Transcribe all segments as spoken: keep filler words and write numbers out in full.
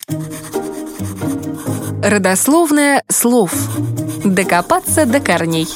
Родословная слов. Докопаться до корней.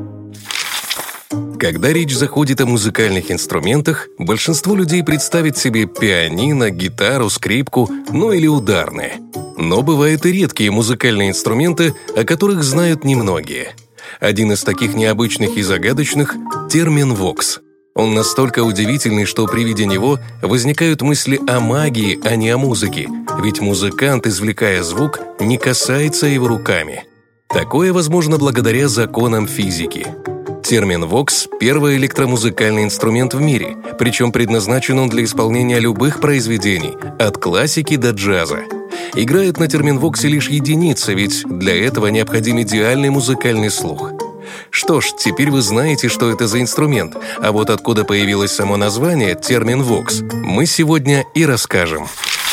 Когда речь заходит о музыкальных инструментах, большинство людей представит себе пианино, гитару, скрипку, ну или ударные. Но бывают и редкие музыкальные инструменты, о которых знают немногие. Один из таких необычных и загадочных – термин «вокс». Он настолько удивительный, что при виде него возникают мысли о магии, а не о музыке, ведь музыкант, извлекая звук, не касается его руками. Такое возможно благодаря законам физики. Термин «вокс» — первый электромузыкальный инструмент в мире, причем предназначен он для исполнения любых произведений, от классики до джаза. Играют на термин «воксе» лишь единицы, ведь для этого необходим идеальный музыкальный слух. Что ж, теперь вы знаете, что это за инструмент, а вот откуда появилось само название, термин «вокс», мы сегодня и расскажем.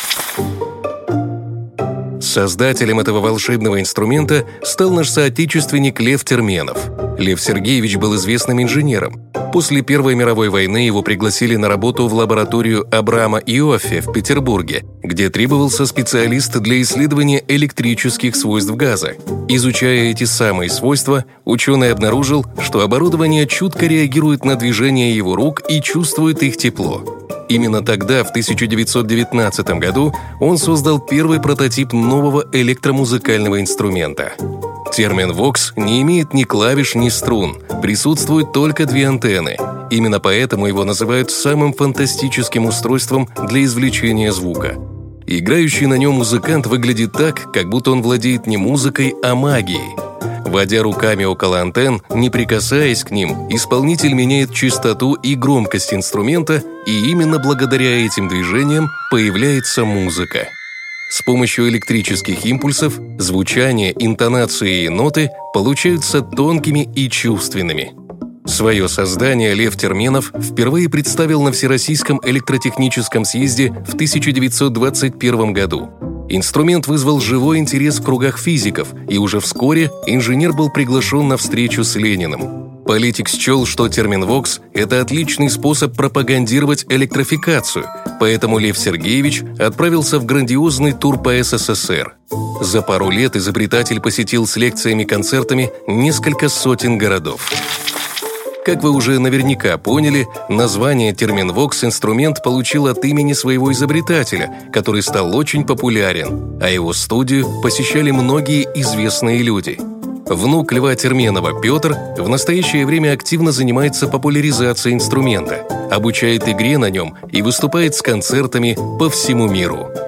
Создателем этого волшебного инструмента стал наш соотечественник Лев Терменов. Лев Сергеевич был известным инженером. После Первой мировой войны его пригласили на работу в лабораторию Абрама Иоффе в Петербурге, где требовался специалист для исследования электрических свойств газа. Изучая эти самые свойства, ученый обнаружил, что оборудование чутко реагирует на движение его рук и чувствует их тепло. Именно тогда, в тысяча девятьсот девятнадцатом году, он создал первый прототип нового электромузыкального инструмента. Термин «вокс» не имеет ни клавиш, ни струн, присутствуют только две антенны. Именно поэтому его называют самым фантастическим устройством для извлечения звука. Играющий на нем музыкант выглядит так, как будто он владеет не музыкой, а магией. Водя руками около антенн, не прикасаясь к ним, исполнитель меняет частоту и громкость инструмента, и именно благодаря этим движениям появляется музыка. С помощью электрических импульсов звучание, интонации и ноты получаются тонкими и чувственными. Свое создание Лев Терменов впервые представил на Всероссийском электротехническом съезде в тысяча девятьсот двадцать первом году. Инструмент вызвал живой интерес в кругах физиков, и уже вскоре инженер был приглашен на встречу с Лениным. Политик счел, что термин «вокс» — это отличный способ пропагандировать электрификацию, поэтому Лев Сергеевич отправился в грандиозный тур по эс эс эс эр. За пару лет изобретатель посетил с лекциями-концертами несколько сотен городов. Как вы уже наверняка поняли, название термин «вокс» инструмент получил от имени своего изобретателя, который стал очень популярен, а его студию посещали многие известные люди. Внук Льва Терменова Петр в настоящее время активно занимается популяризацией инструмента, обучает игре на нем и выступает с концертами по всему миру.